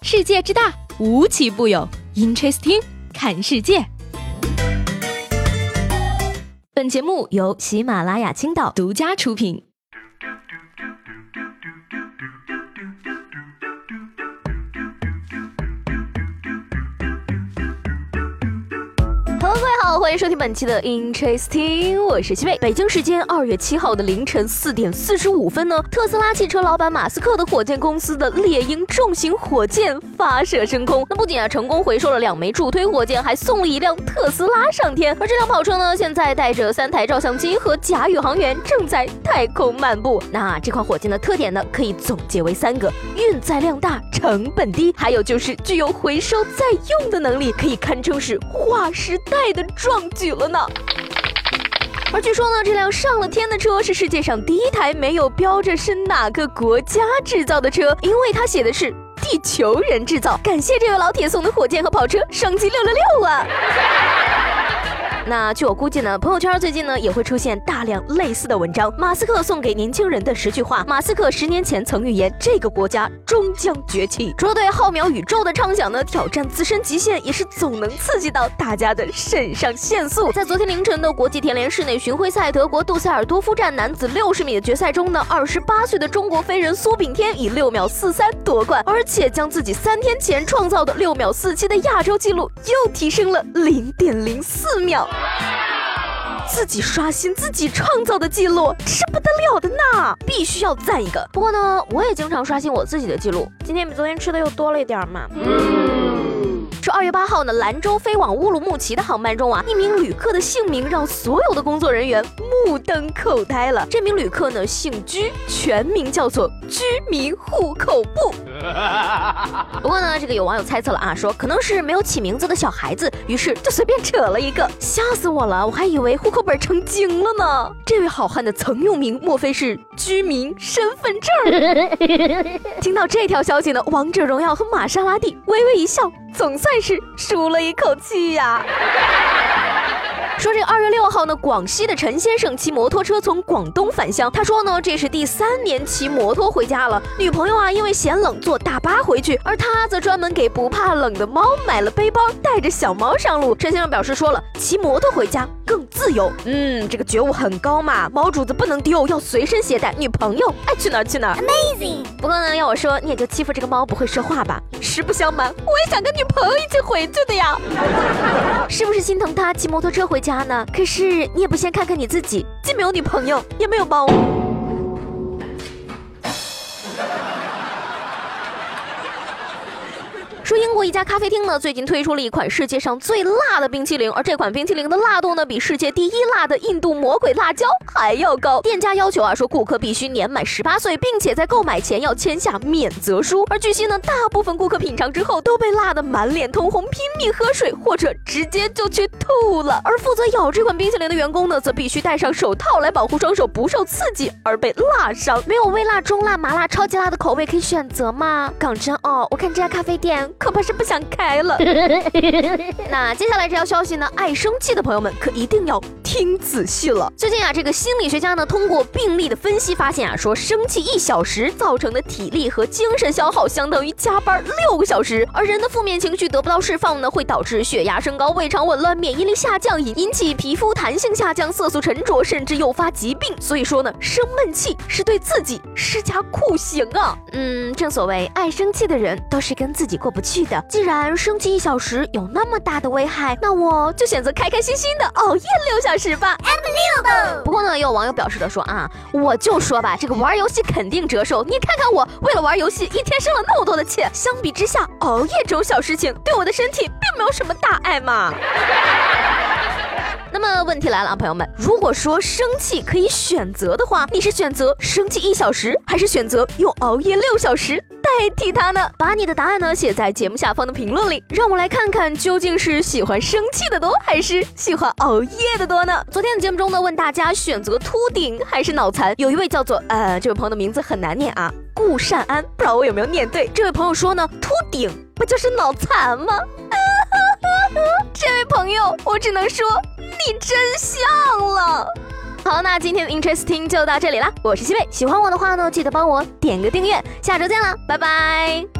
世界之大，无奇不有。Interesting， 看世界。本节目由喜马拉雅青岛独家出品。Hello， 各位好，欢迎收听本期的 Interesting， 我是西贝。北京时间2月7号的凌晨4点45分呢，特斯拉汽车老板马斯克的火箭公司的猎鹰重型火箭发射升空。那不仅成功回收了2枚助推火箭，还送了一辆特斯拉上天。而这辆跑车呢，现在带着3台照相机和假宇航员正在太空漫步。那这款火箭的特点呢，可以总结为3个：运载量大、成本低，还有就是具有回收再用的能力，可以堪称是划时代的壮举了呢。而据说呢，这辆上了天的车是世界上第一台没有标着是哪个国家制造的车，因为它写的是地球人制造。感谢这位老铁送的火箭和跑车，升级666啊！那据我估计呢，朋友圈最近呢也会出现大量类似的文章。马斯克送给年轻人的10句话。马斯克10年前曾预言这个国家终将崛起。除了对浩渺宇宙的畅想呢，挑战自身极限也是总能刺激到大家的肾上腺素。在昨天凌晨的国际田联室内巡回赛德国杜塞尔多夫站男子60米的决赛中呢，28岁的中国飞人苏炳添以6秒43夺冠，而且将自己3天前创造的6秒47的亚洲纪录又提升了0.04秒。自己刷新自己创造的记录，这是不得了的呢，必须要赞一个。不过呢，我也经常刷新我自己的记录，今天比昨天吃的又多了一点嘛。是2月8号呢，兰州飞往乌鲁木齐的航班中啊，一名旅客的姓名让所有的工作人员目瞪口呆了。这名旅客呢姓居，全名叫做居民户口部。不过呢，这个有网友猜测了啊，说可能是没有起名字的小孩子，于是就随便扯了一个，吓死我了，我还以为户口本成精了呢。这位好汉的曾用名莫非是居民身份证？听到这条消息呢，王者荣耀和玛莎拉蒂微微一笑，总算是舒了一口气呀。说这2月6号呢，广西的陈先生骑摩托车从广东返乡，他说呢，这是第3年骑摩托回家了。女朋友啊，因为嫌冷坐大巴回去，而他则专门给不怕冷的猫买了背包，带着小猫上路。陈先生表示说了，骑摩托回家更自由。这个觉悟很高嘛，猫主子不能丢，要随身携带，女朋友爱去哪儿去哪儿。Amazing。不过呢，要我说，你也就欺负这个猫不会说话吧。实不相瞒，我也想跟女朋友一起回去的呀。是不是心疼他骑摩托车回家呢？可是你也不先看看你自己，既没有女朋友，也没有猫。说英国一家咖啡厅呢，最近推出了一款世界上最辣的冰淇淋，而这款冰淇淋的辣度呢，比世界第1辣的印度魔鬼辣椒还要高。店家要求啊，说顾客必须年满18岁，并且在购买前要签下免责书。而据悉呢，大部分顾客品尝之后都被辣得满脸通红，拼命喝水，或者直接就去吐了。而负责咬这款冰淇淋的员工呢，则必须戴上手套来保护双手不受刺激而被辣伤。没有微辣、中辣、麻辣、超级辣的口味可以选择吗？讲真哦，我看这家咖啡店可怕是不想开了。那接下来这条消息呢，爱生气的朋友们可一定要听仔细了。最近啊，这个心理学家呢通过病例的分析发现啊，说生气1小时造成的体力和精神消耗相当于加班6个小时。而人的负面情绪得不到释放呢，会导致血压升高、胃肠紊乱、免疫力下降，引起皮肤弹性下降、色素沉着，甚至诱发疾病。所以说呢，生闷气是对自己施加酷刑啊。正所谓爱生气的人都是跟自己过不去的。既然生气1小时有那么大的危害，那我就选择开开心心的熬夜6小时吧。Unbelievable。不过呢，也有网友表示的说啊，我就说吧，这个玩游戏肯定折寿。你看看我为了玩游戏一天生了那么多的气，相比之下，熬夜这种小事情对我的身体并没有什么大碍嘛。那么问题来了啊，朋友们，如果说生气可以选择的话，你是选择生气1小时，还是选择用熬夜6小时代替它呢？把你的答案呢写在节目下方的评论里，让我来看看究竟是喜欢生气的多，还是喜欢熬夜的多呢？昨天的节目中呢，问大家选择秃顶还是脑残，有一位叫做这位朋友的名字很难念啊，顾善安，不知道我有没有念对。这位朋友说呢，秃顶不就是脑残吗？这位朋友，我只能说你真像了。好，那今天的 Interesting 就到这里啦，我是西贝，喜欢我的话呢，记得帮我点个订阅，下周见啦，拜拜。